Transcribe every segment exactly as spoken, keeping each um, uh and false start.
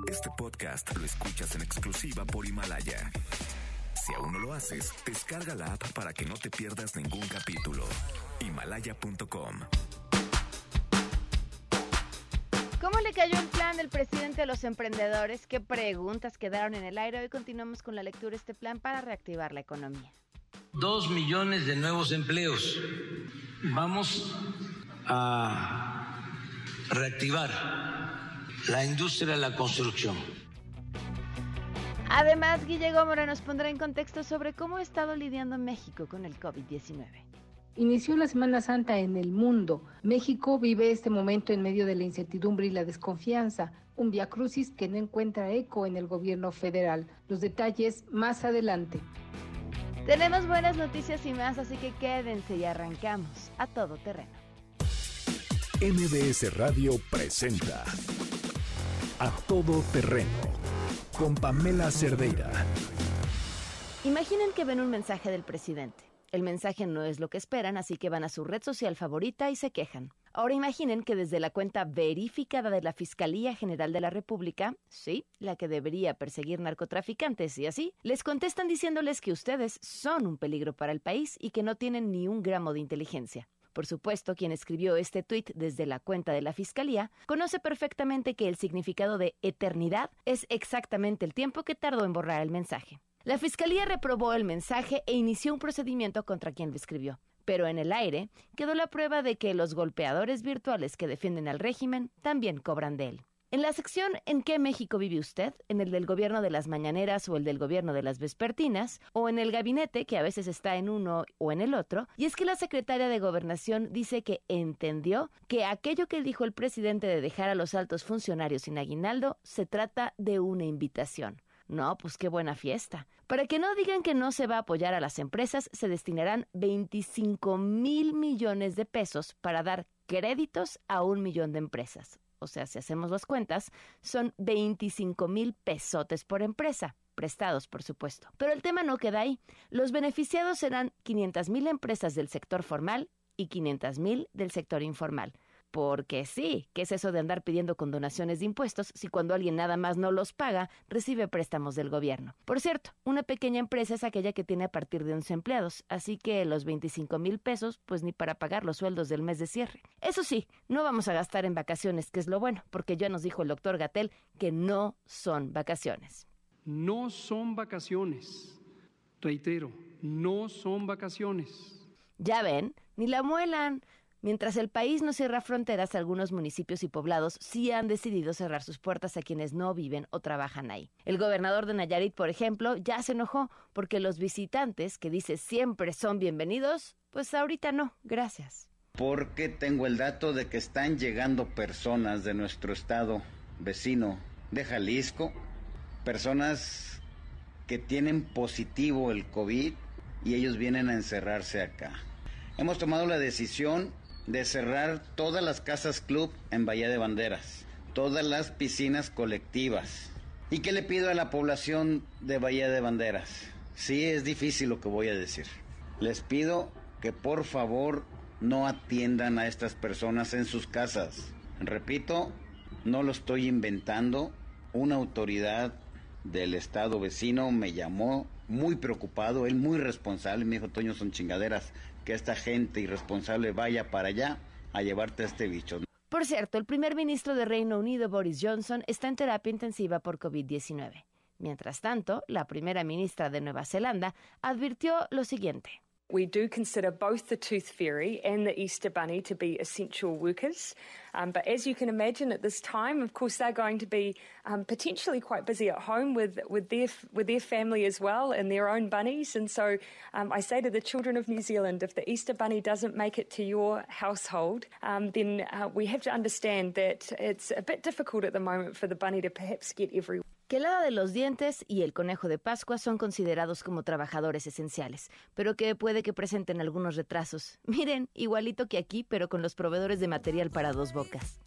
Este podcast lo escuchas en exclusiva por Himalaya. Si aún no lo haces, descarga la app para que no te pierdas ningún capítulo. Himalaya punto com. ¿Cómo le cayó el plan del presidente a los emprendedores? ¿Qué preguntas quedaron en el aire? Hoy continuamos con la lectura de este plan para reactivar la economía. Dos millones de nuevos empleos. Vamos a reactivar la industria de la construcción. Además, Guille Gómora nos pondrá en contexto sobre cómo ha estado lidiando México con el covid diecinueve. Inició la Semana Santa en el mundo. México vive este momento en medio de la incertidumbre y la desconfianza, un viacrucis que no encuentra eco en el gobierno federal. Los detalles más adelante. Tenemos buenas noticias y más, así que quédense y arrancamos a todo terreno. M B S Radio presenta A Todo Terreno con Pamela Cerdeira. Imaginen que ven un mensaje del presidente. El mensaje no es lo que esperan, así que van a su red social favorita y se quejan. Ahora imaginen que desde la cuenta verificada de la Fiscalía General de la República, sí, la que debería perseguir narcotraficantes y así, les contestan diciéndoles que ustedes son un peligro para el país y que no tienen ni un gramo de inteligencia. Por supuesto, quien escribió este tuit desde la cuenta de la Fiscalía conoce perfectamente que el significado de eternidad es exactamente el tiempo que tardó en borrar el mensaje. La Fiscalía reprobó el mensaje e inició un procedimiento contra quien lo escribió. Pero en el aire quedó la prueba de que los golpeadores virtuales que defienden al régimen también cobran de él. En la sección ¿En qué México vive usted?, en el del gobierno de las mañaneras o el del gobierno de las vespertinas, o en el gabinete, que a veces está en uno o en el otro, y es que la secretaria de Gobernación dice que entendió que aquello que dijo el presidente de dejar a los altos funcionarios sin aguinaldo se trata de una invitación. No, pues qué buena fiesta. Para que no digan que no se va a apoyar a las empresas, se destinarán veinticinco mil millones de pesos para dar créditos a un millón de empresas. O sea, si hacemos las cuentas, son veinticinco mil pesotes por empresa. Prestados, por supuesto. Pero el tema no queda ahí. Los beneficiados serán quinientas mil empresas del sector formal y quinientas mil del sector informal. Porque sí, ¿qué es eso de andar pidiendo condonaciones de impuestos si cuando alguien nada más no los paga, recibe préstamos del gobierno? Por cierto, una pequeña empresa es aquella que tiene a partir de once empleados, así que los veinticinco mil pesos, pues ni para pagar los sueldos del mes de cierre. Eso sí, no vamos a gastar en vacaciones, que es lo bueno, porque ya nos dijo el doctor Gatell que no son vacaciones. No son vacaciones. Reitero, no son vacaciones. Ya ven, ni la muelan. Mientras el país no cierra fronteras, algunos municipios y poblados sí han decidido cerrar sus puertas a quienes no viven o trabajan ahí. El gobernador de Nayarit, por ejemplo, ya se enojó porque los visitantes, que dice siempre son bienvenidos, pues ahorita no, gracias. Porque tengo el dato de que están llegando personas de nuestro estado vecino de Jalisco, personas que tienen positivo el COVID y ellos vienen a encerrarse acá. Hemos tomado la decisión de cerrar todas las casas club en Bahía de Banderas, todas las piscinas colectivas. ¿Y qué le pido a la población de Bahía de Banderas? Sí, es difícil lo que voy a decir. Les pido que por favor no atiendan a estas personas en sus casas. Repito, no lo estoy inventando. Una autoridad del estado vecino me llamó muy preocupado, él muy responsable, me dijo: Toño, son chingaderas que esta gente irresponsable vaya para allá a llevarte a este bicho. Por cierto, el primer ministro de Reino Unido, Boris Johnson, está en terapia intensiva por covid diecinueve. Mientras tanto, la primera ministra de Nueva Zelanda advirtió lo siguiente. We do consider both the Tooth Fairy and the Easter Bunny to be essential workers. Um, but as you can imagine at this time, of course, they're going to be um, potentially quite busy at home with, with, their, with their family as well and their own bunnies. And so um, I say to the children of New Zealand, if the Easter Bunny doesn't make it to your household, um, then uh, we have to understand that it's a bit difficult at the moment for the bunny to perhaps get everywhere. Que el hada de los dientes y el conejo de Pascua son considerados como trabajadores esenciales, pero que puede que presenten algunos retrasos. Miren, igualito que aquí, pero con los proveedores de material para dos bocas.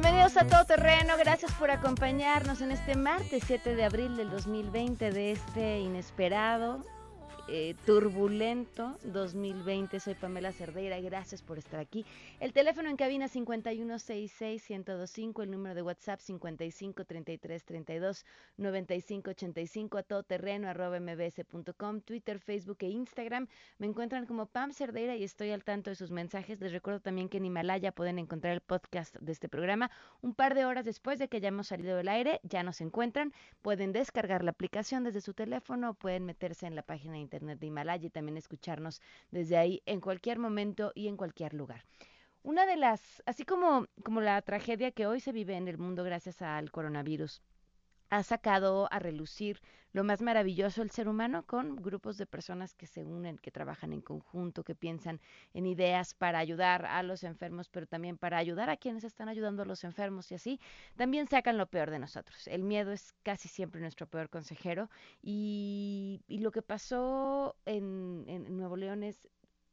Bienvenidos a Todo Terreno, gracias por acompañarnos en este martes siete de abril del dos mil veinte de este inesperado, eh, turbulento dos mil veinte. Soy Pamela Cerdeira y gracias por estar aquí. El teléfono en cabina cincuenta y uno sesenta y seis, ciento veinticinco, el número de WhatsApp cincuenta y cinco, treinta y tres, treinta y dos, noventa y cinco, ochenta y cinco, a todoterreno arroba mbs punto com, Twitter, Facebook e Instagram. Me encuentran como Pam Cerdeira y estoy al tanto de sus mensajes. Les recuerdo también que en Himalaya pueden encontrar el podcast de este programa. Un par de horas después de que hayamos salido del aire, ya nos encuentran. Pueden descargar la aplicación desde su teléfono, pueden meterse en la página de internet de Himalaya y también escucharnos desde ahí en cualquier momento y en cualquier lugar. Una de las, así como, como la tragedia que hoy se vive en el mundo gracias al coronavirus, ha sacado a relucir lo más maravilloso del ser humano con grupos de personas que se unen, que trabajan en conjunto, que piensan en ideas para ayudar a los enfermos, pero también para ayudar a quienes están ayudando a los enfermos y así. También sacan lo peor de nosotros. El miedo es casi siempre nuestro peor consejero y, y lo que pasó en, en Nuevo León es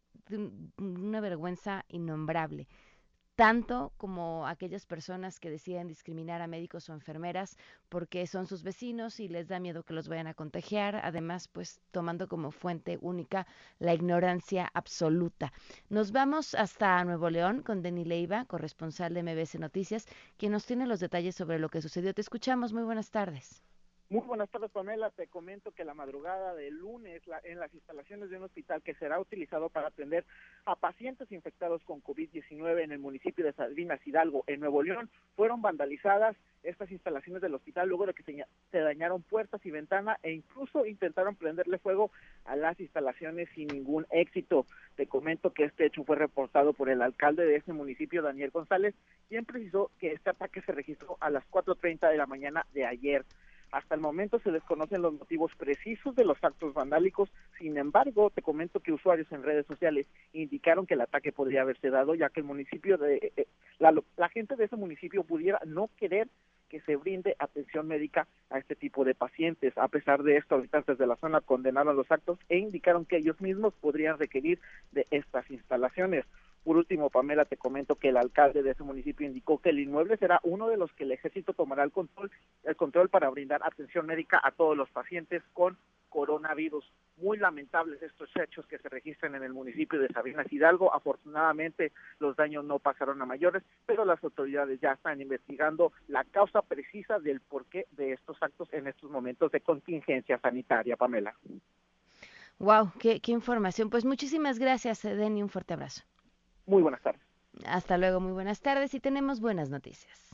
una vergüenza innombrable. Tanto como aquellas personas que deciden discriminar a médicos o enfermeras porque son sus vecinos y les da miedo que los vayan a contagiar, además pues tomando como fuente única la ignorancia absoluta. Nos vamos hasta Nuevo León con Denny Leiva, corresponsal de M B S Noticias, quien nos tiene los detalles sobre lo que sucedió. Te escuchamos, muy buenas tardes. Muy buenas tardes, Pamela. Te comento que la madrugada del lunes la, en las instalaciones de un hospital que será utilizado para atender a pacientes infectados con COVID diecinueve en el municipio de Sabinas Hidalgo, en Nuevo León, fueron vandalizadas estas instalaciones del hospital luego de que se, se dañaron puertas y ventanas e incluso intentaron prenderle fuego a las instalaciones sin ningún éxito. Te comento que este hecho fue reportado por el alcalde de este municipio, Daniel González, quien precisó que este ataque se registró a las cuatro treinta de la mañana de ayer. Hasta el momento se desconocen los motivos precisos de los actos vandálicos. Sin embargo, te comento que usuarios en redes sociales indicaron que el ataque podría haberse dado ya que el municipio de eh, la, la gente de ese municipio pudiera no querer que se brinde atención médica a este tipo de pacientes. A pesar de esto, habitantes de la zona condenaron los actos e indicaron que ellos mismos podrían requerir de estas instalaciones. Por último, Pamela, te comento que el alcalde de ese municipio indicó que el inmueble será uno de los que el ejército tomará el control, el control para brindar atención médica a todos los pacientes con coronavirus. Muy lamentables estos hechos que se registran en el municipio de Sabinas Hidalgo. Afortunadamente, los daños no pasaron a mayores, pero las autoridades ya están investigando la causa precisa del porqué de estos actos en estos momentos de contingencia sanitaria, Pamela. Wow, qué, qué información. Pues muchísimas gracias, Denny, un fuerte abrazo. Muy buenas tardes. Hasta luego, muy buenas tardes y tenemos buenas noticias.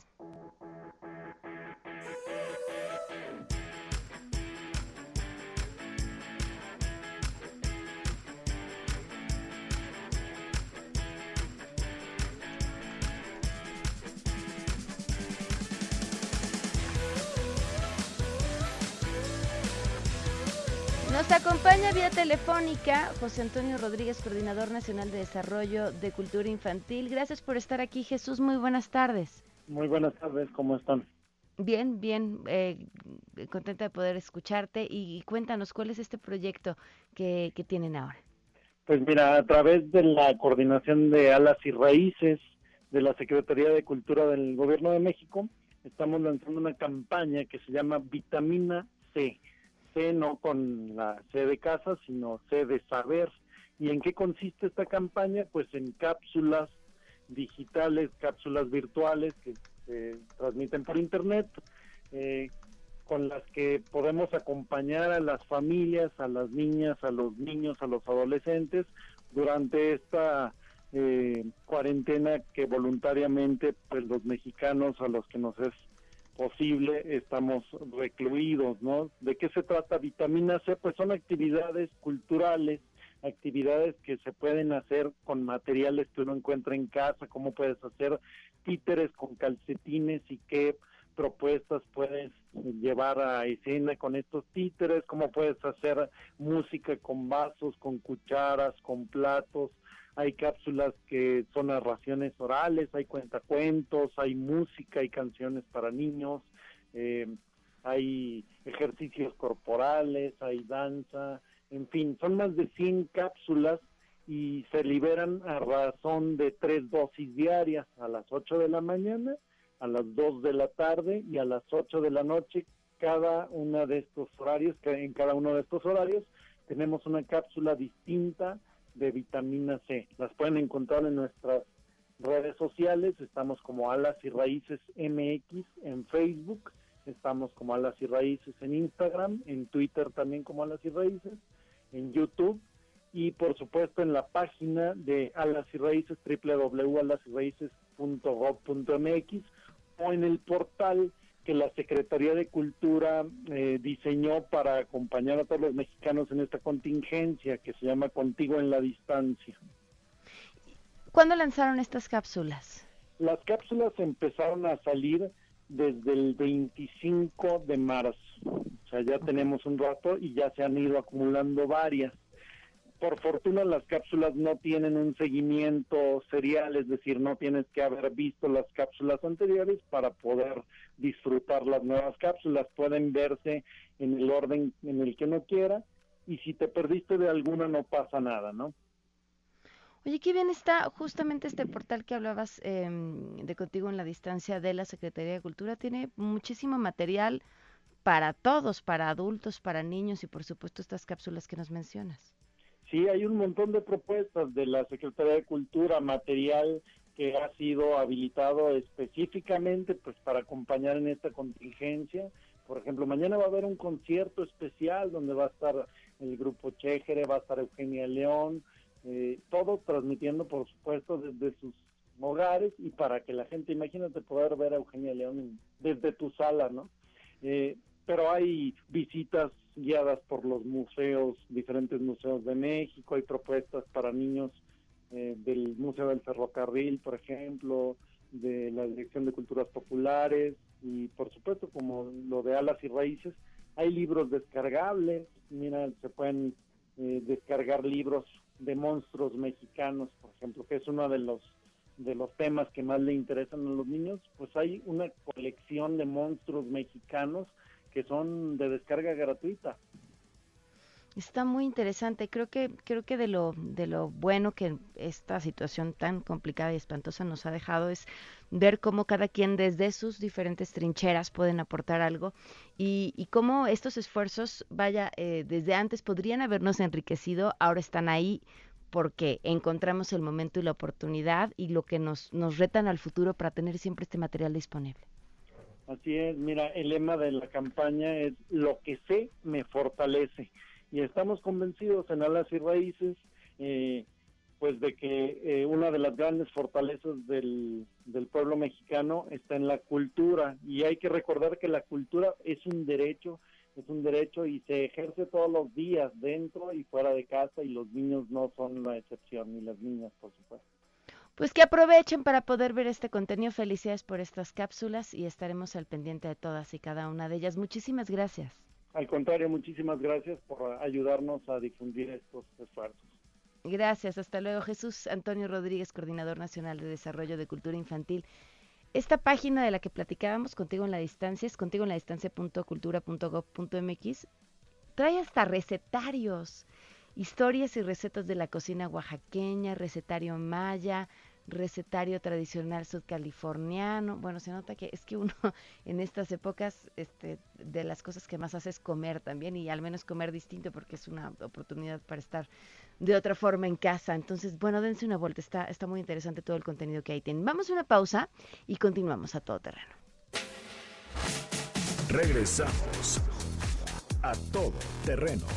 Nos acompaña vía telefónica José Antonio Rodríguez, Coordinador Nacional de Desarrollo de Cultura Infantil. Gracias por estar aquí, Jesús. Muy buenas tardes. Muy buenas tardes, ¿cómo están? Bien, bien, eh, contenta de poder escucharte y, y cuéntanos, ¿cuál es este proyecto que, que tienen ahora? Pues mira, a través de la coordinación de Alas y Raíces de la Secretaría de Cultura del Gobierno de México, estamos lanzando una campaña que se llama Vitamina C. C no con la C de casa, sino C de saber. ¿Y en qué consiste esta campaña? Pues en cápsulas digitales, cápsulas virtuales que se transmiten por internet, eh, con las que podemos acompañar a las familias, a las niñas, a los niños, a los adolescentes durante esta eh, cuarentena que voluntariamente pues los mexicanos a los que nos es posible estamos recluidos, ¿no? ¿De qué se trata Vitamina C? Pues son actividades culturales, actividades que se pueden hacer con materiales que uno encuentra en casa, cómo puedes hacer títeres con calcetines y qué propuestas puedes llevar a escena con estos títeres, cómo puedes hacer música con vasos, con cucharas, con platos. Hay cápsulas que son narraciones orales, hay cuentacuentos, hay música, hay canciones para niños, eh, hay ejercicios corporales, hay danza, en fin, son más de cien cápsulas y se liberan a razón de tres dosis diarias, a las ocho de la mañana a las dos de la tarde y a las ocho de la noche. Cada uno de estos horarios, en cada uno de estos horarios tenemos una cápsula distinta de vitamina C. Las pueden encontrar en nuestras redes sociales. Estamos como Alas y Raíces M X en Facebook, estamos como Alas y Raíces en Instagram, en Twitter también como Alas y Raíces, en YouTube, y por supuesto en la página de Alas y Raíces, doble u doble u doble u punto alas y raíces punto gob punto eme equis, o en el portal que la Secretaría de Cultura eh, diseñó para acompañar a todos los mexicanos en esta contingencia, que se llama Contigo en la Distancia. ¿Cuándo lanzaron estas cápsulas? Las cápsulas empezaron a salir desde el veinticinco de marzo, o sea, ya okay. tenemos un rato y ya se han ido acumulando varias. Por fortuna las cápsulas no tienen un seguimiento serial, es decir, no tienes que haber visto las cápsulas anteriores para poder disfrutar las nuevas cápsulas. Pueden verse en el orden en el que uno quiera, y si te perdiste de alguna no pasa nada, ¿no? Oye, qué bien está justamente este portal que hablabas eh, de Contigo en la Distancia de la Secretaría de Cultura. Tiene muchísimo material para todos, para adultos, para niños y por supuesto estas cápsulas que nos mencionas. Sí, hay un montón de propuestas de la Secretaría de Cultura, material que ha sido habilitado específicamente pues para acompañar en esta contingencia. Por ejemplo, mañana va a haber un concierto especial donde va a estar el grupo Chéjere, va a estar Eugenia León, eh, todo transmitiendo, por supuesto, desde sus hogares, y para que la gente, imagínate poder ver a Eugenia León desde tu sala, ¿no? Eh, pero hay visitas guiadas por los museos, diferentes museos de México, hay propuestas para niños eh, del Museo del Ferrocarril, por ejemplo, de la Dirección de Culturas Populares, y por supuesto, como lo de Alas y Raíces, hay libros descargables. Mira, se pueden eh, descargar libros de monstruos mexicanos, por ejemplo, que es uno de los de los temas que más le interesan a los niños. Pues hay una colección de monstruos mexicanos que son de descarga gratuita. Está muy interesante. Creo que creo que de lo de lo bueno que esta situación tan complicada y espantosa nos ha dejado es ver cómo cada quien desde sus diferentes trincheras pueden aportar algo, y, y cómo estos esfuerzos, vaya, eh, desde antes podrían habernos enriquecido, ahora están ahí porque encontramos el momento y la oportunidad y lo que nos, nos retan al futuro para tener siempre este material disponible. Así es, mira, el lema de la campaña es lo que sé me fortalece, y estamos convencidos en Alas y Raíces eh, pues de que eh, una de las grandes fortalezas del, del pueblo mexicano está en la cultura, y hay que recordar que la cultura es un derecho, es un derecho y se ejerce todos los días dentro y fuera de casa, y los niños no son la excepción, ni las niñas, por supuesto. Pues que aprovechen para poder ver este contenido. Felicidades por estas cápsulas y estaremos al pendiente de todas y cada una de ellas. Muchísimas gracias. Al contrario, muchísimas gracias por ayudarnos a difundir estos esfuerzos. Gracias, hasta luego. Jesús Antonio Rodríguez, Coordinador Nacional de Desarrollo de Cultura Infantil. Esta página de la que platicábamos, Contigo en la Distancia, es contigo en la distancia punto cultura punto gob punto eme equis. Trae hasta recetarios, historias y recetas de la cocina oaxaqueña, recetario maya, recetario tradicional sudcaliforniano. Bueno, se nota que es que uno en estas épocas este, de las cosas que más hace es comer también, y al menos comer distinto porque es una oportunidad para estar de otra forma en casa. Entonces, bueno, dense una vuelta, está, está muy interesante todo el contenido que ahí tienen. Vamos a una pausa y continuamos a todo terreno. Regresamos a todo terreno.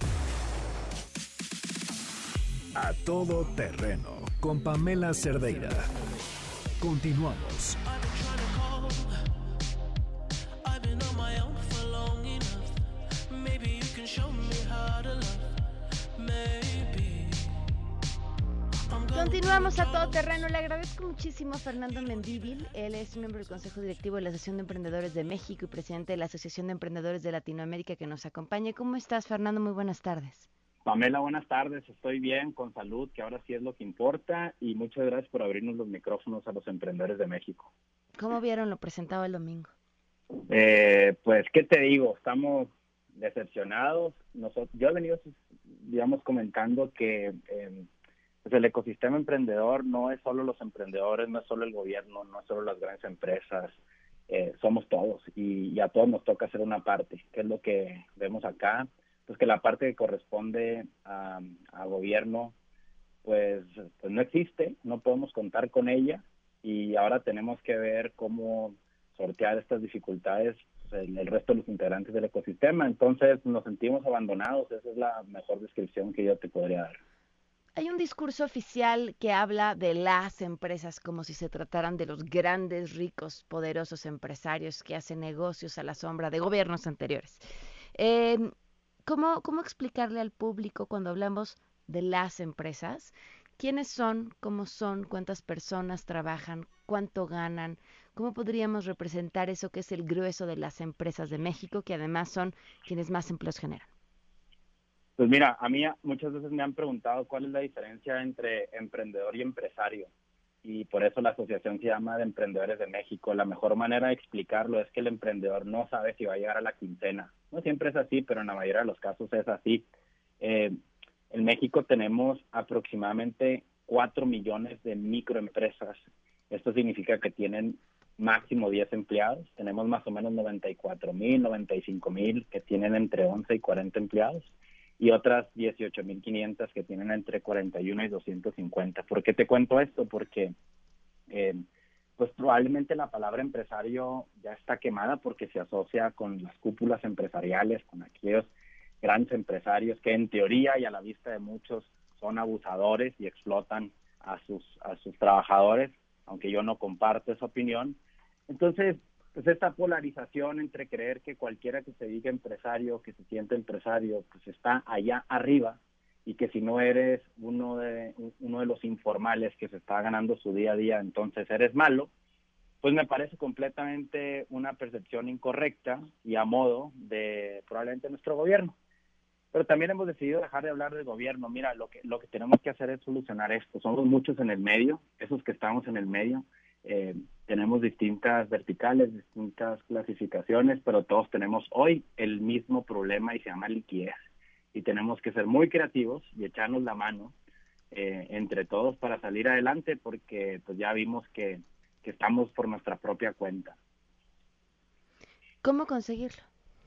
A todo terreno con Pamela Cerdeira. Continuamos. Continuamos a todo terreno. Le agradezco muchísimo a Fernando Mendívil. Él es miembro del Consejo Directivo de la Asociación de Emprendedores de México y presidente de la Asociación de Emprendedores de Latinoamérica, que nos acompaña. ¿Cómo estás, Fernando? Muy buenas tardes. Pamela, buenas tardes. Estoy bien, con salud, que ahora sí es lo que importa, y muchas gracias por abrirnos los micrófonos a los emprendedores de México. ¿Cómo vieron lo presentado el domingo? Eh, pues, ¿qué te digo? Estamos decepcionados. Nosotros, yo he venido, digamos, comentando que eh, pues el ecosistema emprendedor no es solo los emprendedores, no es solo el gobierno, no es solo las grandes empresas, eh, somos todos y, y a todos nos toca hacer una parte. ¿Qué es lo que vemos acá? Pues que la parte que corresponde a, a gobierno, pues, pues no existe, no podemos contar con ella y ahora tenemos que ver cómo sortear estas dificultades en el resto de los integrantes del ecosistema. Entonces nos sentimos abandonados, esa es la mejor descripción que yo te podría dar. Hay un discurso oficial que habla de las empresas como si se trataran de los grandes, ricos, poderosos empresarios que hacen negocios a la sombra de gobiernos anteriores. Eh, ¿cómo, ¿Cómo explicarle al público cuando hablamos de las empresas? ¿Quiénes son? ¿Cómo son? ¿Cuántas personas trabajan? ¿Cuánto ganan? ¿Cómo podríamos representar eso que es el grueso de las empresas de México, que además son quienes más empleos generan? Pues mira, a mí muchas veces me han preguntado cuál es la diferencia entre emprendedor y empresario. Y por eso la asociación se llama de Emprendedores de México. La mejor manera de explicarlo es que el emprendedor no sabe si va a llegar a la quincena. No siempre es así, pero en la mayoría de los casos es así. Eh, en México tenemos aproximadamente cuatro millones de microempresas. Esto significa que tienen máximo diez empleados. Tenemos más o menos noventa y cuatro mil, noventa y cinco mil que tienen entre once y cuarenta empleados. Y otras dieciocho mil quinientas que tienen entre cuarenta y uno y doscientos cincuenta. ¿Por qué te cuento esto? Porque eh, pues probablemente la palabra empresario ya está quemada porque se asocia con las cúpulas empresariales, con aquellos grandes empresarios que en teoría y a la vista de muchos son abusadores y explotan a sus, a sus trabajadores, aunque yo no comparto esa opinión. Entonces, pues esta polarización entre creer que cualquiera que se diga empresario, que se siente empresario, pues está allá arriba, y que si no eres uno de uno de los informales que se está ganando su día a día, entonces eres malo, pues me parece completamente una percepción incorrecta y a modo de probablemente nuestro gobierno. Pero también hemos decidido dejar de hablar del gobierno. Mira, lo que lo que tenemos que hacer es solucionar esto. Somos muchos en el medio, esos que estamos en el medio. Eh, tenemos distintas verticales, distintas clasificaciones, pero todos tenemos hoy el mismo problema y se llama liquidez. Y tenemos que ser muy creativos y echarnos la mano eh, entre todos para salir adelante, porque pues ya vimos que, que estamos por nuestra propia cuenta. ¿Cómo conseguirlo?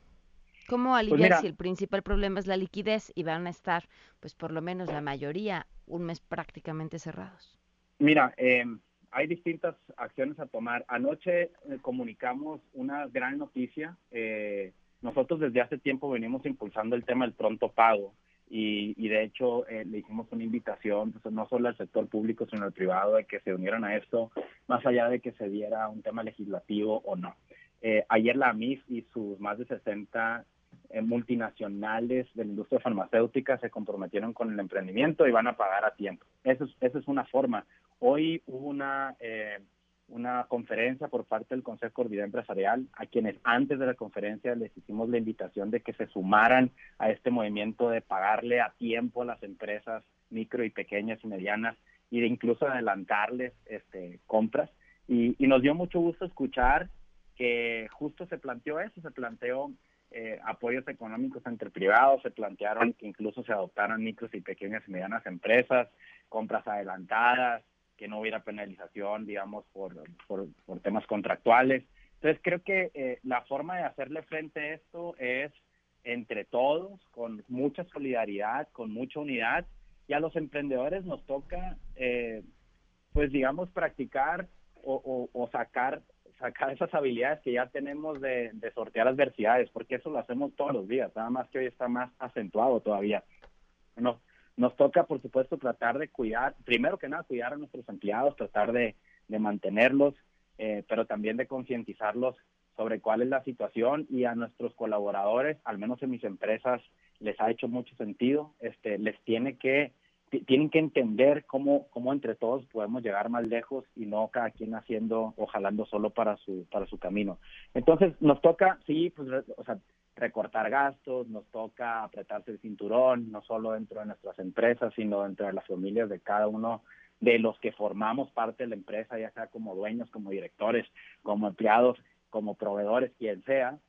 ¿Cómo aliviar pues mira, si el principal problema es la liquidez y van a estar, pues por lo menos la mayoría, un mes prácticamente cerrados? Mira, eh, hay distintas acciones a tomar. Anoche eh, comunicamos una gran noticia. Eh, nosotros desde hace tiempo venimos impulsando el tema del pronto pago y, y de hecho eh, le hicimos una invitación, pues, no solo al sector público sino al privado, de que se unieran a esto, más allá de que se diera un tema legislativo o no. Eh, ayer la M I F y sus más de sesenta eh, multinacionales de la industria farmacéutica se comprometieron con el emprendimiento y van a pagar a tiempo. Eso es, eso es una forma. Hoy hubo una, eh, una conferencia por parte del Consejo de Coordinación Empresarial, a quienes antes de la conferencia les hicimos la invitación de que se sumaran a este movimiento de pagarle a tiempo a las empresas micro y pequeñas y medianas y de incluso adelantarles este, compras. Y, y nos dio mucho gusto escuchar que justo se planteó eso, se planteó eh, apoyos económicos entre privados, se plantearon que incluso se adoptaran micros y pequeñas y medianas empresas, compras adelantadas, que no hubiera penalización, digamos, por, por, por temas contractuales. Entonces creo que eh, la forma de hacerle frente a esto es entre todos, con mucha solidaridad, con mucha unidad, y a los emprendedores nos toca, eh, pues digamos, practicar o, o, o sacar sacar esas habilidades que ya tenemos de, de sortear adversidades, porque eso lo hacemos todos los días, nada más que hoy está más acentuado todavía. Nos, nos toca, por supuesto, tratar de cuidar, primero que nada, cuidar a nuestros empleados, tratar de, de mantenerlos, eh, pero también de concientizarlos sobre cuál es la situación, y a nuestros colaboradores, al menos en mis empresas, les ha hecho mucho sentido, este, les tiene que tienen que entender cómo, cómo entre todos podemos llegar más lejos y no cada quien haciendo o jalando solo para su para su camino. Entonces nos toca, sí, pues, o sea, recortar gastos, nos toca apretarse el cinturón, no solo dentro de nuestras empresas, sino dentro de las familias de cada uno de los que formamos parte de la empresa, ya sea como dueños, como directores, como empleados, como proveedores, quien sea.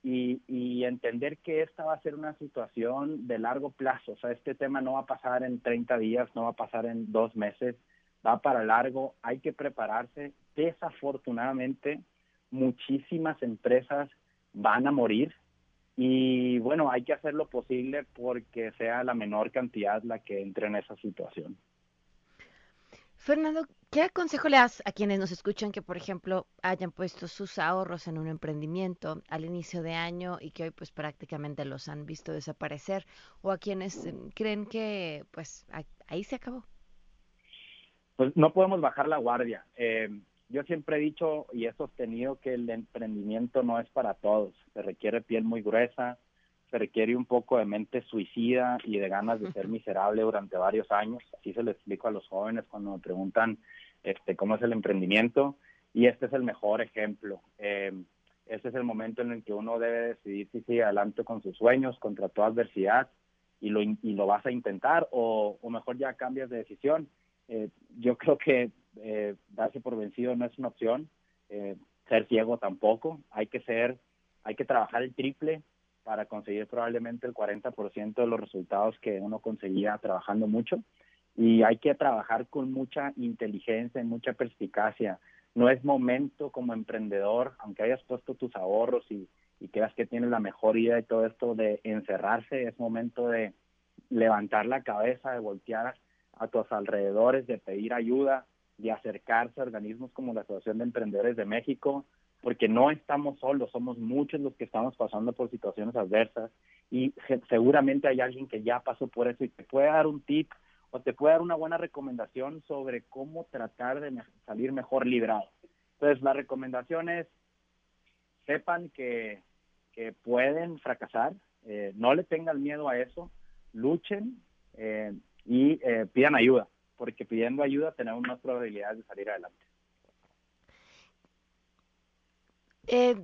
y, y entender que esta va a ser una situación de largo plazo. O sea, este tema no va a pasar en treinta días, no va a pasar en dos meses, va para largo, hay que prepararse. Desafortunadamente, muchísimas empresas van a morir y bueno, hay que hacer lo posible porque sea la menor cantidad la que entre en esa situación. Fernando, ¿qué consejo le das a quienes nos escuchan que, por ejemplo, hayan puesto sus ahorros en un emprendimiento al inicio de año y que hoy pues prácticamente los han visto desaparecer, o a quienes eh, creen que pues a- ahí se acabó? Pues no podemos bajar la guardia. Eh, yo siempre he dicho y he sostenido que el emprendimiento no es para todos. Se requiere piel muy gruesa, se requiere un poco de mente suicida y de ganas de ser miserable durante varios años. Así se lo explico a los jóvenes cuando me preguntan este, cómo es el emprendimiento. Y este es el mejor ejemplo. Eh, este es el momento en el que uno debe decidir si sigue adelante con sus sueños, contra toda adversidad, y lo, y lo vas a intentar, o, o mejor ya cambias de decisión. Eh, yo creo que eh, darse por vencido no es una opción, eh, ser ciego tampoco. Hay que ser, hay que trabajar el triple para conseguir probablemente el cuarenta por ciento de los resultados que uno conseguía trabajando mucho, y hay que trabajar con mucha inteligencia y mucha perspicacia. No es momento como emprendedor, aunque hayas puesto tus ahorros y, y creas que tienes la mejor idea y todo esto, de encerrarse. Es momento de levantar la cabeza, de voltear a tus alrededores, de pedir ayuda, de acercarse a organismos como la Asociación de Emprendedores de México, porque no estamos solos, somos muchos los que estamos pasando por situaciones adversas, y seguramente hay alguien que ya pasó por eso y te puede dar un tip o te puede dar una buena recomendación sobre cómo tratar de salir mejor librado. Entonces, la recomendación es: sepan que, que pueden fracasar, eh, no le tengan miedo a eso, luchen, eh, y eh, pidan ayuda, porque pidiendo ayuda tenemos más probabilidades de salir adelante. Eh,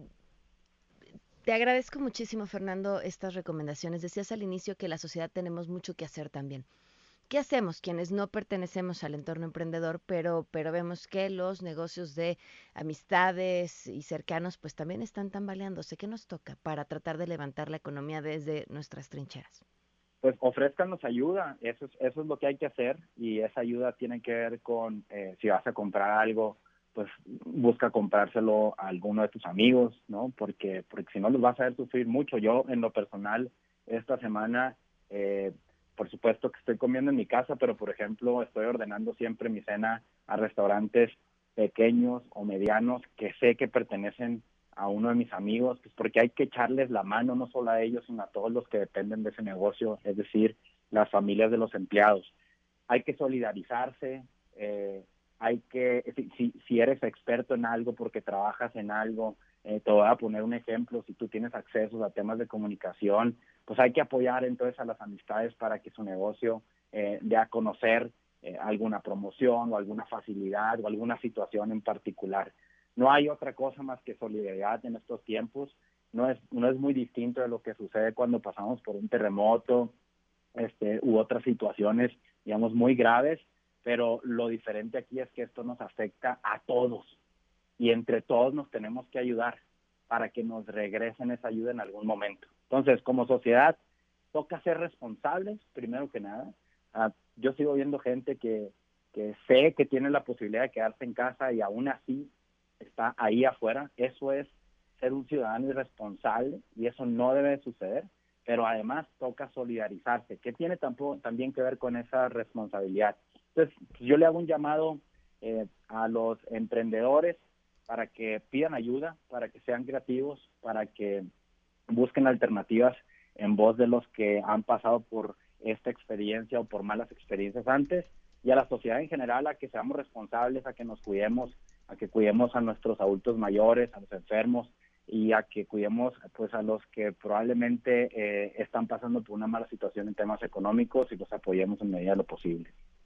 Te agradezco muchísimo, Fernando, estas recomendaciones. Decías al inicio que la sociedad tenemos mucho que hacer también. ¿Qué hacemos quienes no pertenecemos al entorno emprendedor, pero, pero vemos que los negocios de amistades y cercanos pues también están tambaleándose? ¿Qué nos toca para tratar de levantar la economía desde nuestras trincheras? Pues ofrézcanos ayuda, eso es, eso es lo que hay que hacer, y esa ayuda tiene que ver con, eh, si vas a comprar algo, pues busca comprárselo a alguno de tus amigos, ¿no? Porque, porque si no los vas a ver sufrir mucho. Yo, en lo personal, esta semana, eh, por supuesto que estoy comiendo en mi casa, pero por ejemplo, estoy ordenando siempre mi cena a restaurantes pequeños o medianos que sé que pertenecen a uno de mis amigos, pues porque hay que echarles la mano no solo a ellos, sino a todos los que dependen de ese negocio, es decir, las familias de los empleados. Hay que solidarizarse, eh, hay que, si, si eres experto en algo porque trabajas en algo, eh, te voy a poner un ejemplo: si tú tienes acceso a temas de comunicación, pues hay que apoyar entonces a las amistades para que su negocio eh, dé a conocer eh, alguna promoción o alguna facilidad o alguna situación en particular. No hay otra cosa más que solidaridad en estos tiempos. No es, no es muy distinto de lo que sucede cuando pasamos por un terremoto este, u otras situaciones, digamos, muy graves, pero lo diferente aquí es que esto nos afecta a todos, y entre todos nos tenemos que ayudar para que nos regresen esa ayuda en algún momento. Entonces, como sociedad, toca ser responsables, primero que nada. Uh, yo sigo viendo gente que, que sé que tiene la posibilidad de quedarse en casa y aún así está ahí afuera. Eso es ser un ciudadano irresponsable y eso no debe suceder, pero además toca solidarizarse, que tiene tampoco, también que ver con esa responsabilidad. Entonces, yo le hago un llamado eh, a los emprendedores para que pidan ayuda, para que sean creativos, para que busquen alternativas en voz de los que han pasado por esta experiencia o por malas experiencias antes, y a la sociedad en general a que seamos responsables, a que nos cuidemos, a que cuidemos a nuestros adultos mayores, a los enfermos, y a que cuidemos pues a los que probablemente eh, están pasando por una mala situación en temas económicos, y los apoyemos en medida de lo posible.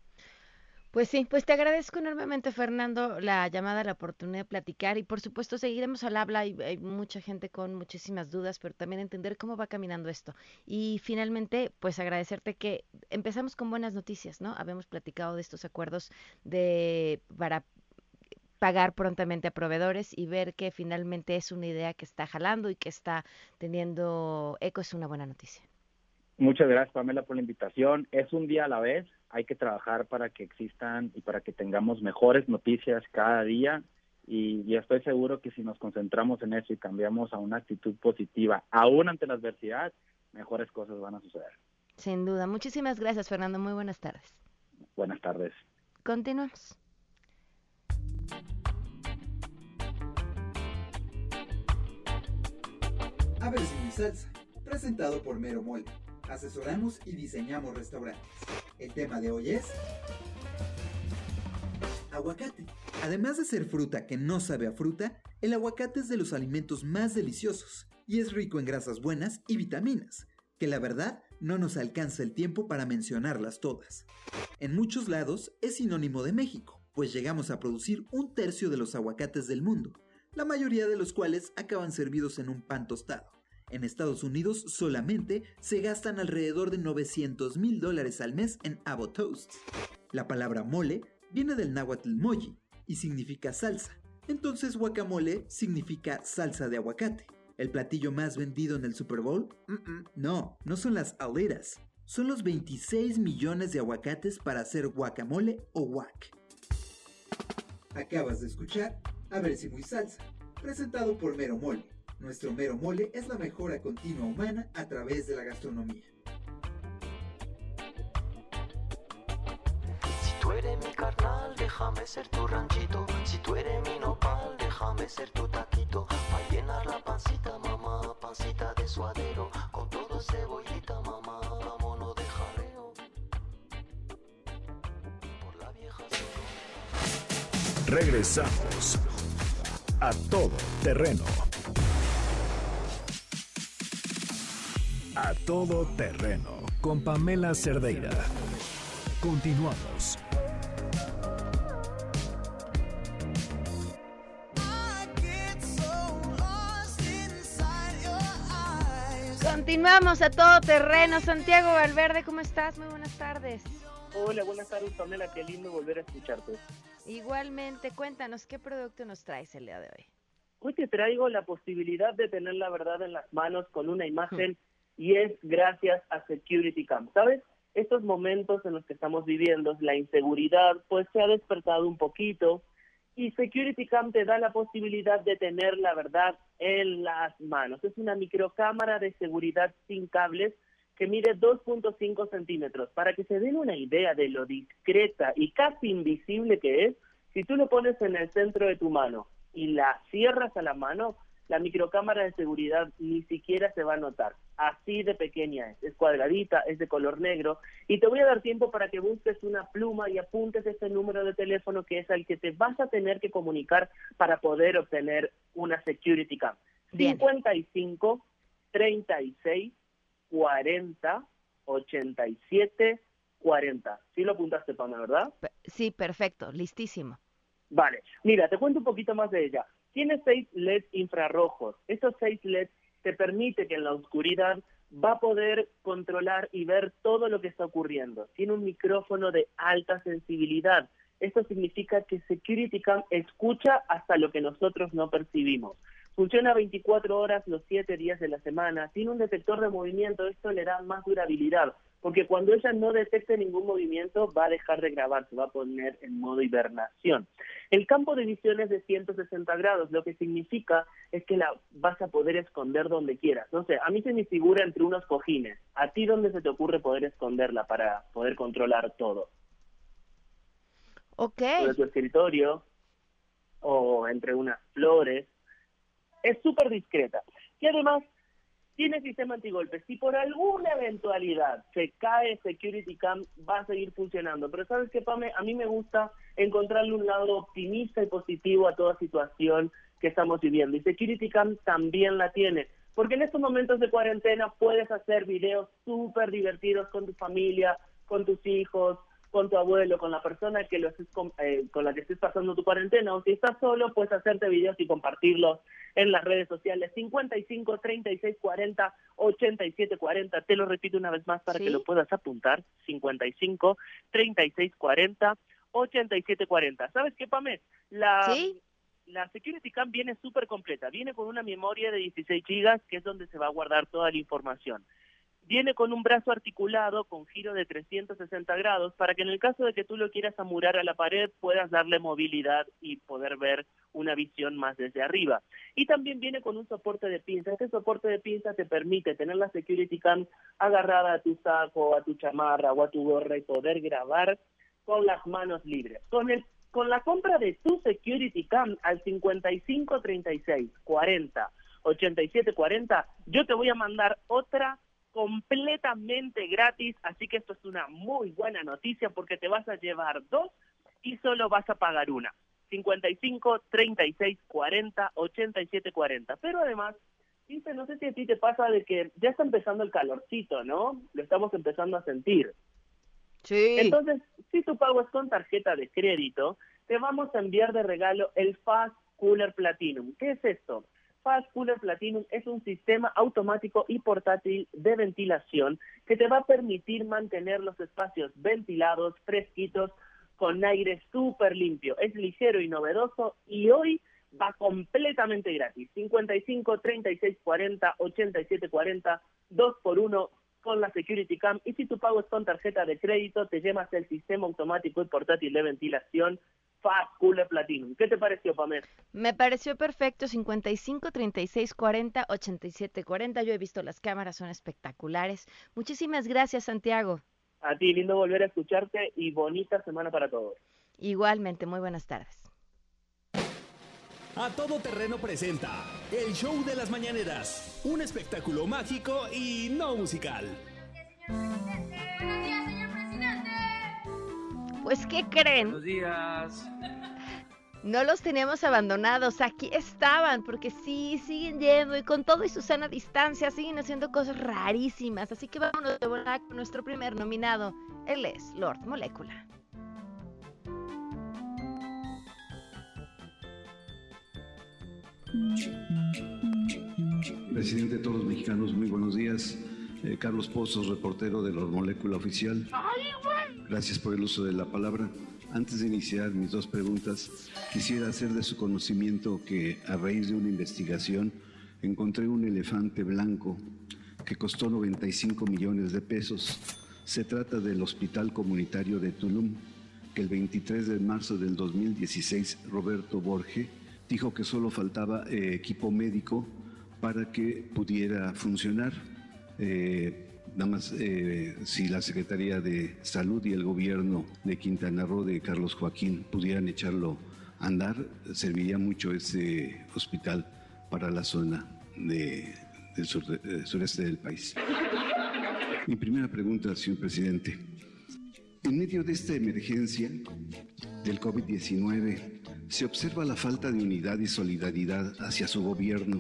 Pues sí, pues te agradezco enormemente, Fernando, la llamada, la oportunidad de platicar, y por supuesto seguiremos al habla. Hay, hay mucha gente con muchísimas dudas, pero también entender cómo va caminando esto. Y finalmente, pues agradecerte que empezamos con buenas noticias, ¿no? Habíamos platicado de estos acuerdos de para pagar prontamente a proveedores y ver que finalmente es una idea que está jalando y que está teniendo eco es una buena noticia. Muchas gracias, Pamela, por la invitación. Es un día a la vez, hay que trabajar para que existan y para que tengamos mejores noticias cada día y, y estoy seguro que si nos concentramos en eso y cambiamos a una actitud positiva, aún ante la adversidad, mejores cosas van a suceder. Sin duda. Muchísimas gracias, Fernando. Muy buenas tardes. Buenas tardes. Continuamos. A ver si muy salsa, presentado por Mero Mole. Asesoramos y diseñamos restaurantes. El tema de hoy es aguacate. Además de ser fruta que no sabe a fruta, el aguacate es de los alimentos más deliciosos y es rico en grasas buenas y vitaminas, que la verdad no nos alcanza el tiempo para mencionarlas todas. En muchos lados es sinónimo de México, pues llegamos a producir un tercio de los aguacates del mundo, la mayoría de los cuales acaban servidos en un pan tostado. En Estados Unidos solamente se gastan alrededor de novecientos mil dólares al mes en avotoasts. La palabra mole viene del náhuatl moji y significa salsa. Entonces guacamole significa salsa de aguacate. ¿El platillo más vendido en el Super Bowl? Mm-mm. No, no son las alitas. Son los veintiséis millones de aguacates para hacer guacamole o guac. Acabas de escuchar A ver si muy salsa, presentado por Mero Mole. Nuestro Mero Mole es la mejora continua humana a través de la gastronomía. Si tú eres mi carnal, déjame ser tu ranchito. Si tú eres mi nopal, déjame ser tu taquito. Pa' llenar la pancita, mamá, pancita de suadero. Con todo cebollita, mamá, vámonos de jaleo. Por la vieja zona. Regresamos a Todo Terreno. A Todo Terreno con Pamela Cerdeira. Continuamos. Continuamos a Todo Terreno. Santiago Valverde, ¿cómo estás? Muy buenas tardes. Hola, buenas tardes, Pamela. Qué lindo volver a escucharte. Igualmente, cuéntanos, ¿qué producto nos traes el día de hoy? Hoy te traigo la posibilidad de tener la verdad en las manos con una imagen mm. y es gracias a Security Cam. ¿Sabes? Estos momentos en los que estamos viviendo, la inseguridad, pues se ha despertado un poquito y Security Cam te da la posibilidad de tener la verdad en las manos. Es una microcámara de seguridad sin cables que mide dos punto cinco centímetros. Para que se den una idea de lo discreta y casi invisible que es, si tú lo pones en el centro de tu mano y la cierras a la mano, la microcámara de seguridad ni siquiera se va a notar. Así de pequeña es, es cuadradita, es de color negro, y te voy a dar tiempo para que busques una pluma y apuntes ese número de teléfono que es al que te vas a tener que comunicar para poder obtener una Security Cam. Bien. cincuenta y cinco, treinta y seis, cuarenta, ochenta y siete, cuarenta. Sí lo apuntaste, Pana, ¿verdad? Sí, perfecto, listísimo. Vale, mira, te cuento un poquito más de ella. Tiene seis L E D infrarrojos. Esos seis L E D te permite que en la oscuridad va a poder controlar y ver todo lo que está ocurriendo. Tiene un micrófono de alta sensibilidad. Esto significa que Security Cam escucha hasta lo que nosotros no percibimos. Funciona veinticuatro horas los siete días de la semana. Tiene un detector de movimiento. Esto le da más durabilidad, porque cuando ella no detecte ningún movimiento va a dejar de grabar, se va a poner en modo hibernación. El campo de visión es de ciento sesenta grados, lo que significa es que la vas a poder esconder donde quieras. No sé, a mí se me figura entre unos cojines. ¿A ti dónde se te ocurre poder esconderla para poder controlar todo? Ok. Sobre tu escritorio o entre unas flores. Es súper discreta. Y además tiene sistema antigolpe. Si por alguna eventualidad se cae Security Cam, va a seguir funcionando. Pero ¿sabes qué, Pame? A mí me gusta encontrarle un lado optimista y positivo a toda situación que estamos viviendo. Y Security Cam también la tiene. Porque en estos momentos de cuarentena puedes hacer videos súper divertidos con tu familia, con tus hijos, con tu abuelo, con la persona que lo estés, con, eh, con la que estés pasando tu cuarentena, o si estás solo, puedes hacerte videos y compartirlos en las redes sociales. Cincuenta y cinco, treinta y seis, cuarenta, ochenta y siete, cuarenta. Te lo repito una vez más para ¿Sí? que lo puedas apuntar. Cincuenta y cinco, treinta y seis, cuarenta, ochenta y siete cuarenta. ¿Sabes qué, Pamé? La, ¿Sí? la Security Cam viene súper completa. Viene con una memoria de dieciséis gigas, que es donde se va a guardar toda la información. Viene con un brazo articulado con giro de trescientos sesenta grados para que en el caso de que tú lo quieras amurar a la pared puedas darle movilidad y poder ver una visión más desde arriba. Y también viene con un soporte de pinza. Este soporte de pinza te permite tener la Security Cam agarrada a tu saco, a tu chamarra o a tu gorra y poder grabar con las manos libres. Con el con la compra de tu Security Cam al cincuenta y cinco treinta y seis cuarenta ochenta y siete cuarenta, yo te voy a mandar otra completamente gratis, así que esto es una muy buena noticia porque te vas a llevar dos y solo vas a pagar una. cincuenta y cinco treinta y seis cuarenta ochenta y siete cuarenta. Pero además, dice, no sé si a ti te pasa de que ya está empezando el calorcito, ¿no? Lo estamos empezando a sentir. Sí. Entonces, si tu pago es con tarjeta de crédito, te vamos a enviar de regalo el Fast Cooler Platinum. ¿Qué es esto? Fast Cooler Platinum es un sistema automático y portátil de ventilación que te va a permitir mantener los espacios ventilados, fresquitos, con aire súper limpio. Es ligero y novedoso y hoy va completamente gratis. cincuenta y cinco treinta y seis cuarenta ochenta y siete cuarenta, dos por uno con la Security Cam. Y si tu pago es con tarjeta de crédito, te llevas el sistema automático y portátil de ventilación Fast Cooler Platinum. ¿Qué te pareció, Pamela? Me pareció perfecto. Cincuenta y cinco treinta y seis cuarenta ochenta y siete cuarenta. Yo he visto las cámaras, son espectaculares. Muchísimas gracias, Santiago. A ti, lindo volver a escucharte y bonita semana para todos. Igualmente, muy buenas tardes. A Todo Terreno presenta el Show de las Mañaneras, un espectáculo mágico y no musical. Buenos días, señor presidente. Pues, ¿qué creen? Buenos días. No los teníamos abandonados, aquí estaban, porque sí, siguen yendo y con todo y su sana distancia siguen haciendo cosas rarísimas. Así que vámonos de volada con nuestro primer nominado. Él es Lord Molécula. Presidente de todos los mexicanos, muy buenos días. Eh, Carlos Pozos, reportero de Lord Molécula Oficial. Gracias por el uso de la palabra. Antes de iniciar mis dos preguntas, quisiera hacer de su conocimiento que a raíz de una investigación encontré un elefante blanco que costó noventa y cinco millones de pesos. Se trata del Hospital Comunitario de Tulum, que el veintitrés de marzo del dos mil dieciséis Roberto Borge dijo que solo faltaba eh, equipo médico para que pudiera funcionar. Eh, nada más eh, si la Secretaría de Salud y el gobierno de Quintana Roo de Carlos Joaquín pudieran echarlo a andar, serviría mucho ese hospital para la zona de, del sur, de, sureste del país. Mi primera pregunta, señor presidente. En medio de esta emergencia del COVID diecinueve, se observa la falta de unidad y solidaridad hacia su gobierno.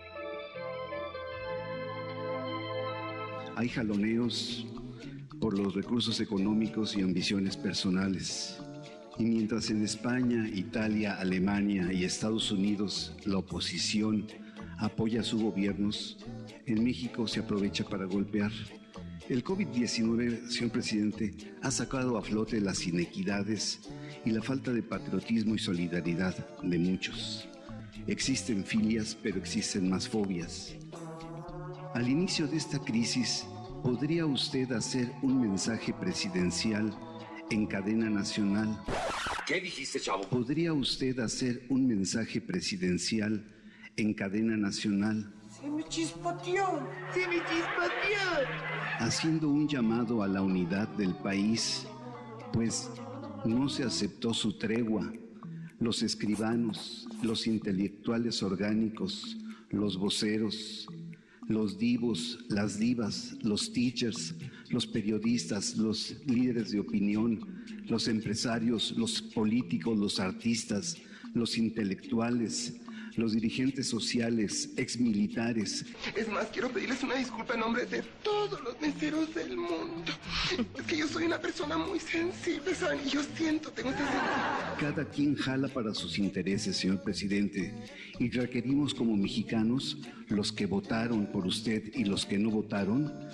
Hay jaloneos por los recursos económicos y ambiciones personales. Y mientras en España, Italia, Alemania y Estados Unidos la oposición apoya a sus gobiernos, en México se aprovecha para golpear. El COVID diecinueve, señor presidente, ha sacado a flote las inequidades y la falta de patriotismo y solidaridad de muchos. Existen filias, pero existen más fobias. Al inicio de esta crisis, ¿podría usted hacer un mensaje presidencial en cadena nacional? ¿Qué dijiste, chavo? ¿Podría usted hacer un mensaje presidencial en cadena nacional? Se me chispoteó, se me chispoteó. Haciendo un llamado a la unidad del país, pues no se aceptó su tregua. Los escribanos, los intelectuales orgánicos, los voceros, los divos, las divas, los teachers, los periodistas, los líderes de opinión, los empresarios, los políticos, los artistas, los intelectuales, los dirigentes sociales, exmilitares. Es más, quiero pedirles una disculpa en nombre de todos los meseros del mundo. Es que yo soy una persona muy sensible, ¿saben? Y yo siento, tengo esta sensibilidad. Cada quien jala para sus intereses, señor presidente, y requerimos como mexicanos, los que votaron por usted y los que no votaron,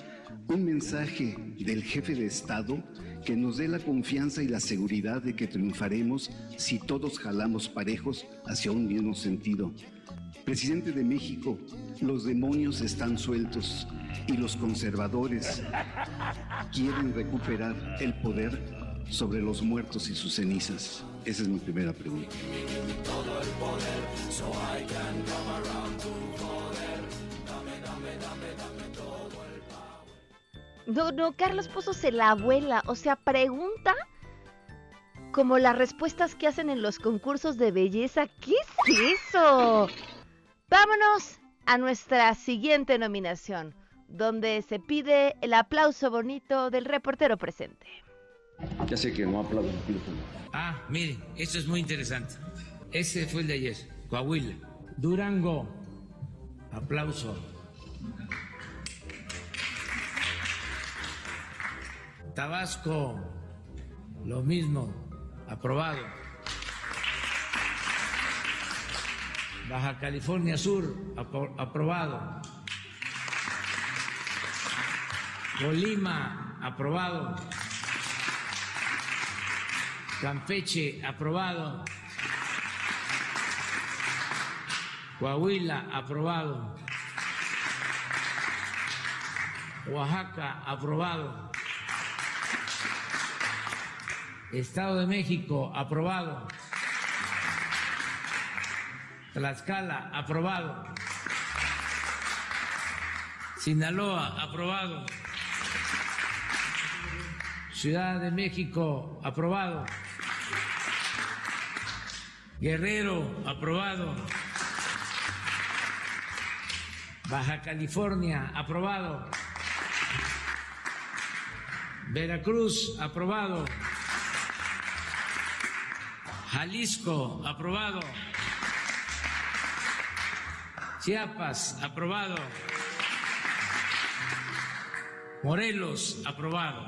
un mensaje del jefe de Estado que nos dé la confianza y la seguridad de que triunfaremos si todos jalamos parejos hacia un mismo sentido. Presidente de México, los demonios están sueltos y los conservadores quieren recuperar el poder sobre los muertos y sus cenizas. Esa es mi primera pregunta. Todo el poder, so I can come around to poder. Dame, dame, dame, dame todo el power. No, no, Carlos Pozos se la abuela, o sea, pregunta como las respuestas que hacen en los concursos de belleza. ¿Qué es eso? Vámonos a nuestra siguiente nominación, donde se pide el aplauso bonito del reportero presente. Ya sé que no aplaudo. Ah, miren, esto es muy interesante. Ese fue el de ayer, Coahuila. Durango, aplauso. Tabasco, lo mismo, aprobado. Baja California Sur, apro- aprobado. Colima, aprobado. Campeche, aprobado. Coahuila, aprobado. Oaxaca, aprobado. Estado de México, aprobado. Tlaxcala, aprobado. Sinaloa, aprobado. Ciudad de México, aprobado. Guerrero, aprobado. Baja California, aprobado. Veracruz, aprobado. Jalisco, aprobado. Chiapas, aprobado. Morelos, aprobado.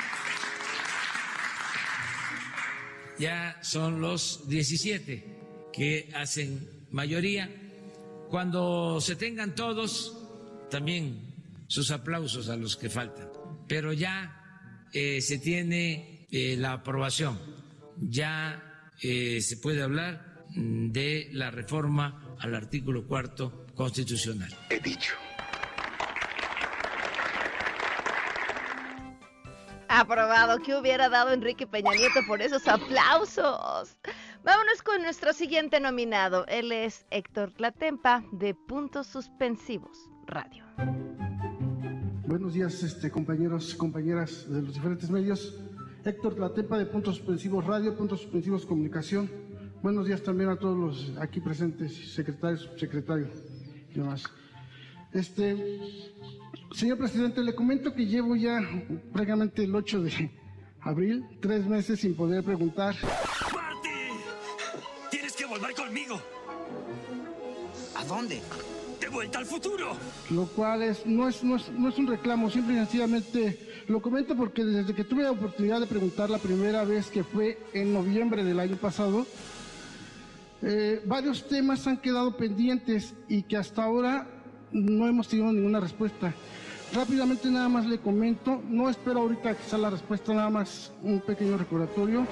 Ya son los diecisiete que hacen mayoría. Cuando se tengan todos, también sus aplausos a los que faltan. Pero ya eh, se tiene eh, la aprobación, ya eh, se puede hablar de la reforma al artículo cuarto constitucional. He dicho. Aprobado. ¿Qué hubiera dado Enrique Peña Nieto por esos aplausos? Vámonos con nuestro siguiente nominado. Él es Héctor Tlatempa, de Puntos Suspensivos Radio. Buenos días, este, compañeros y compañeras de los diferentes medios. Héctor Tlatempa, de Puntos Suspensivos Radio, Puntos Suspensivos Comunicación. Buenos días también a todos los aquí presentes, secretarios, subsecretario y demás. Este, señor presidente, le comento que llevo ya prácticamente el ocho de abril, tres meses sin poder preguntar. ¡Marty! ¡Tienes que volver conmigo! ¿A dónde? ¡De vuelta al futuro! Lo cual es no, es, no, es, no es un reclamo, simple y sencillamente lo comento porque desde que tuve la oportunidad de preguntar la primera vez, que fue en noviembre del año pasado, eh, varios temas han quedado pendientes y que hasta ahora no hemos tenido ninguna respuesta. Rápidamente nada más le comento, no espero ahorita que salga la respuesta, nada más un pequeño recordatorio.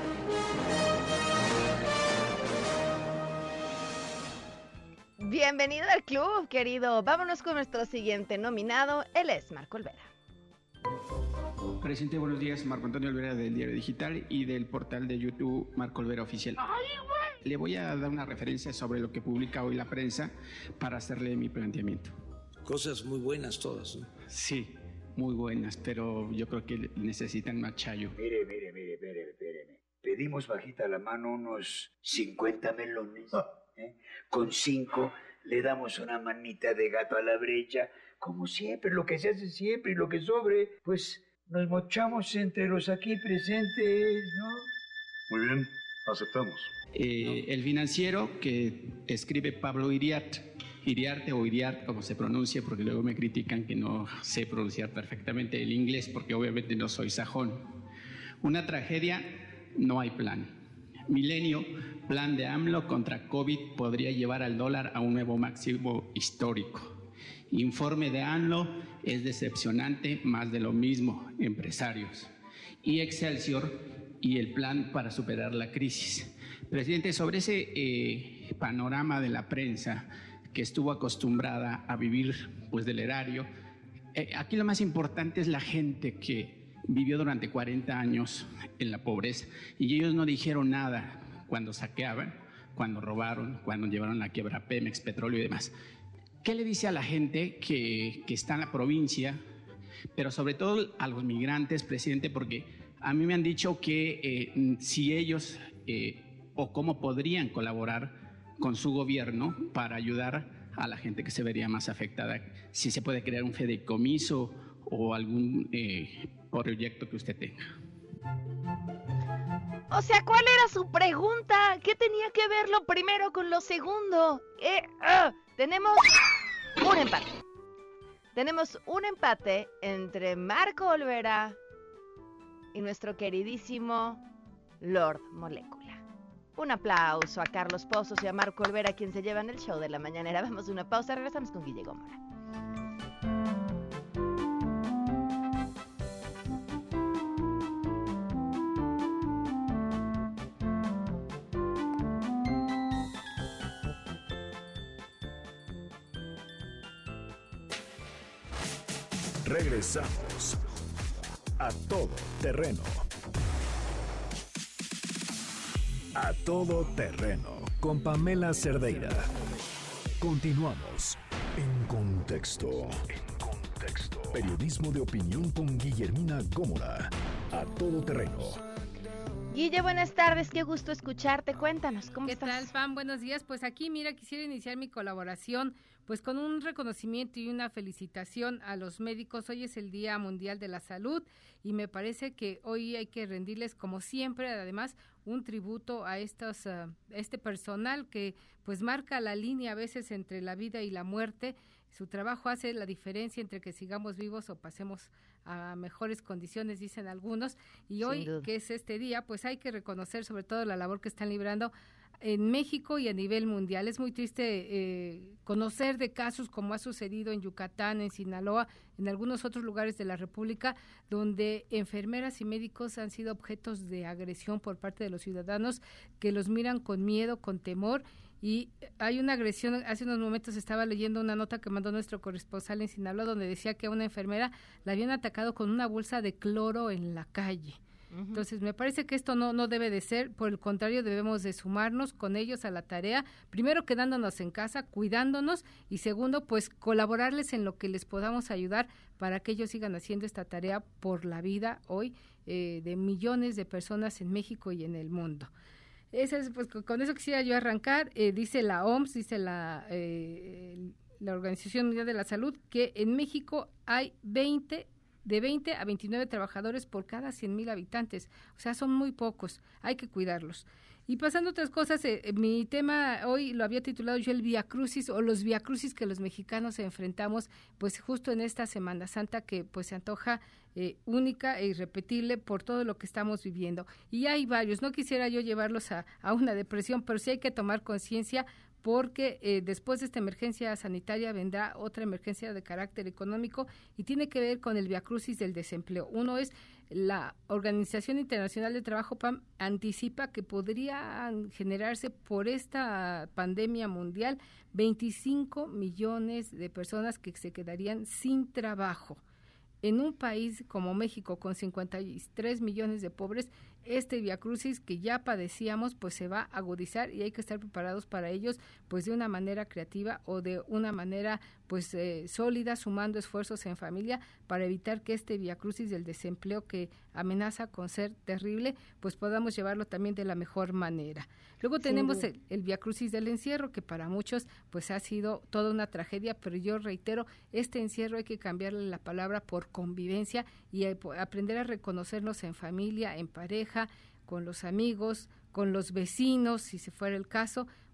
Bienvenido al club, querido. Vámonos con nuestro siguiente nominado. Él es Marco Olvera. Presidente, buenos días. Marco Antonio Olvera, del Diario Digital y del portal de YouTube Marco Olvera Oficial. Le voy a dar una referencia sobre lo que publica hoy la prensa para hacerle mi planteamiento. Cosas muy buenas todas, ¿no? Sí, muy buenas, pero yo creo que necesitan más chayo. Mire, mire, mire, mire, espéreme. Pedimos bajita la mano unos cincuenta melones. ¿eh? Con cinco le damos una manita de gato a la brecha. Como siempre, lo que se hace siempre y lo que sobre, pues nos mochamos entre los aquí presentes, ¿no? Muy bien, aceptamos. Eh, el financiero que escribe Pablo Iriart, Iriarte o Iriart, como se pronuncia, porque luego me critican que no sé pronunciar perfectamente el inglés, porque obviamente no soy sajón. Una tragedia, no hay plan. Milenio, plan de AMLO contra COVID podría llevar al dólar a un nuevo máximo histórico. Informe de ANLO es decepcionante, más de lo mismo, empresarios. Y Excelsior y el plan para superar la crisis. Presidente, sobre ese eh, panorama de la prensa que estuvo acostumbrada a vivir pues del erario, eh, aquí lo más importante es la gente que vivió durante cuarenta años en la pobreza y ellos no dijeron nada cuando saqueaban, cuando robaron, cuando llevaron la quiebra Pemex, petróleo y demás. ¿Qué le dice a la gente que, que está en la provincia, pero sobre todo a los migrantes, presidente? Porque a mí me han dicho que eh, si ellos eh, o cómo podrían colaborar con su gobierno para ayudar a la gente que se vería más afectada, si se puede crear un fideicomiso o algún eh, proyecto que usted tenga. O sea, ¿cuál era su pregunta? ¿Qué tenía que ver lo primero con lo segundo? Eh, uh, tenemos un empate. Tenemos un empate entre Marco Olvera y nuestro queridísimo Lord Molécula. Un aplauso a Carlos Pozos y a Marco Olvera, quien se llevan el show de la mañanera. Vamos a una pausa, regresamos con Guille Gómora. Regresamos a Todo Terreno. A Todo Terreno con Pamela Cerdeira. Continuamos en Contexto. En Contexto. Periodismo de opinión con Guillermina Gómora. A Todo Terreno. Guille, buenas tardes, qué gusto escucharte. Cuéntanos, ¿cómo ¿Qué estás? tal, Pam? Buenos días. Pues aquí, mira, quisiera iniciar mi colaboración pues con un reconocimiento y una felicitación a los médicos. Hoy es el Día Mundial de la Salud y me parece que hoy hay que rendirles, como siempre, además, un tributo a estos, uh, este personal que pues marca la línea a veces entre la vida y la muerte. Su trabajo hace la diferencia entre que sigamos vivos o pasemos a mejores condiciones, dicen algunos, y Sin hoy, duda. que es este día, pues hay que reconocer sobre todo la labor que están librando en México y a nivel mundial. Es muy triste eh, conocer de casos como ha sucedido en Yucatán, en Sinaloa, en algunos otros lugares de la República, donde enfermeras y médicos han sido objetos de agresión por parte de los ciudadanos que los miran con miedo, con temor. Y hay una agresión, hace unos momentos estaba leyendo una nota que mandó nuestro corresponsal en Sinaloa, donde decía que a una enfermera la habían atacado con una bolsa de cloro en la calle. Uh-huh. Entonces, me parece que esto no, no debe de ser, por el contrario, debemos de sumarnos con ellos a la tarea, primero quedándonos en casa, cuidándonos, y segundo, pues colaborarles en lo que les podamos ayudar para que ellos sigan haciendo esta tarea por la vida hoy eh, de millones de personas en México y en el mundo. Esa es, pues, con eso quisiera yo arrancar. Eh, dice la O M S, dice la, eh, la Organización Mundial de la Salud, que en México hay veinte, de veinte a veintinueve trabajadores por cada cien mil habitantes. O sea, son muy pocos, hay que cuidarlos. Y pasando a otras cosas, eh, mi tema hoy lo había titulado yo el viacrucis o los viacrucis que los mexicanos enfrentamos, pues justo en esta Semana Santa que pues se antoja eh, única e irrepetible por todo lo que estamos viviendo. Y hay varios, no quisiera yo llevarlos a, a una depresión, pero sí hay que tomar conciencia porque eh, después de esta emergencia sanitaria vendrá otra emergencia de carácter económico y tiene que ver con el viacrucis del desempleo. Uno es la Organización Internacional de Trabajo, P A M, anticipa que podrían generarse por esta pandemia mundial veinticinco millones de personas que se quedarían sin trabajo. En un país como México, con cincuenta y tres millones de pobres, este viacrucis que ya padecíamos, pues se va a agudizar y hay que estar preparados para ellos, pues de una manera creativa o de una manera pues eh, sólida, sumando esfuerzos en familia para evitar que este viacrucis del desempleo que amenaza con ser terrible, pues podamos llevarlo también de la mejor manera. Luego tenemos sí. el, el viacrucis del encierro, que para muchos pues ha sido toda una tragedia, pero yo reitero, este encierro hay que cambiarle la palabra por convivencia y eh, aprender a reconocernos en familia, en pareja, con los amigos, con los vecinos, si se fuera el caso,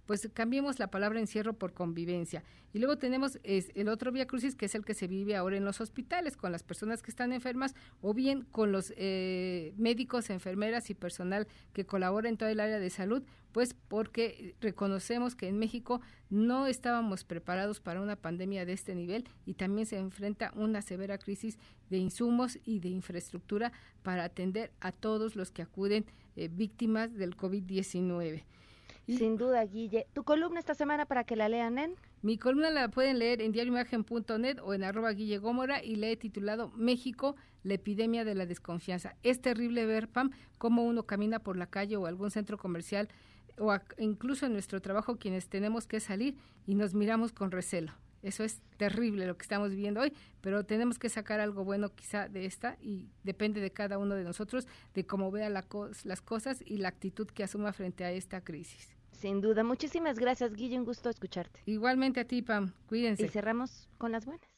pues cambiemos la palabra encierro por convivencia. Y luego tenemos es, el otro vía crucis, que es el que se vive ahora en los hospitales, con las personas que están enfermas, o bien con los eh, médicos, enfermeras y personal que colabora en todo el área de salud, pues porque reconocemos que en México no estábamos preparados para una pandemia de este nivel y también se enfrenta una severa crisis de insumos y de infraestructura para atender a todos los que acuden eh, víctimas del COVID diecinueve. Sin duda, Guille. ¿Tu columna esta semana para que la lean en? Mi columna la pueden leer en diario imagen punto net o en arroba Guille Gómora y le he titulado México, la epidemia de la desconfianza. Es terrible ver, Pam, cómo uno camina por la calle o algún centro comercial o a, incluso en nuestro trabajo quienes tenemos que salir y nos miramos con recelo. Eso es terrible lo que estamos viviendo hoy, pero tenemos que sacar algo bueno quizá de esta y depende de cada uno de nosotros de cómo vea la co- las cosas y la actitud que asuma frente a esta crisis. Sin duda. Muchísimas gracias, Guille. Un gusto escucharte. Igualmente a ti, Pam. Cuídense. Y cerramos con las buenas.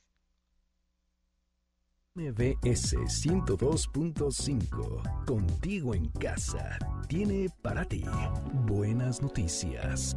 M B S ciento dos punto cinco, contigo en casa, tiene para ti buenas noticias.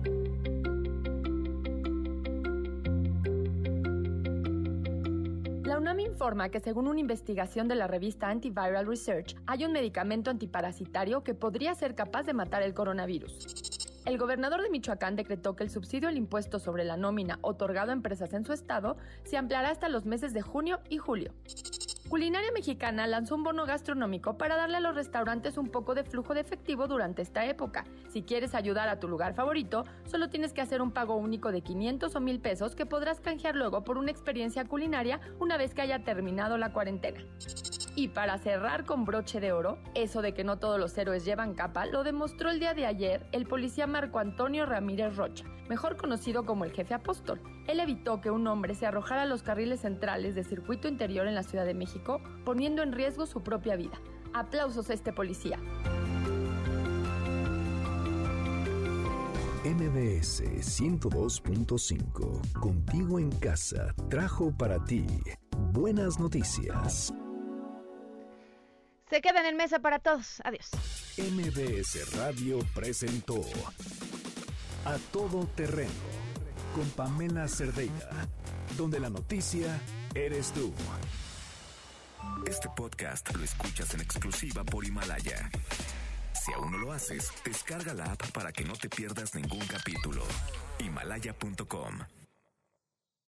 La UNAM informa que según una investigación de la revista Antiviral Research, hay un medicamento antiparasitario que podría ser capaz de matar el coronavirus. El gobernador de Michoacán decretó que el subsidio al impuesto sobre la nómina otorgado a empresas en su estado se ampliará hasta los meses de junio y julio. Culinaria Mexicana lanzó un bono gastronómico para darle a los restaurantes un poco de flujo de efectivo durante esta época. Si quieres ayudar a tu lugar favorito, solo tienes que hacer un pago único de quinientos o mil pesos que podrás canjear luego por una experiencia culinaria una vez que haya terminado la cuarentena. Y para cerrar con broche de oro, eso de que no todos los héroes llevan capa, lo demostró el día de ayer el policía Marco Antonio Ramírez Rocha, mejor conocido como el Jefe Apóstol. Él evitó que un hombre se arrojara a los carriles centrales de circuito interior en la Ciudad de México, poniendo en riesgo su propia vida. Aplausos a este policía. M B S ciento dos punto cinco, contigo en casa, trajo para ti buenas noticias. Se quedan en mesa para todos. Adiós. M B S Radio presentó A Todo Terreno con Pamela Cerdeira, donde la noticia eres tú. Este podcast lo escuchas en exclusiva por Himalaya. Si aún no lo haces, descarga la app para que no te pierdas ningún capítulo. Himalaya punto com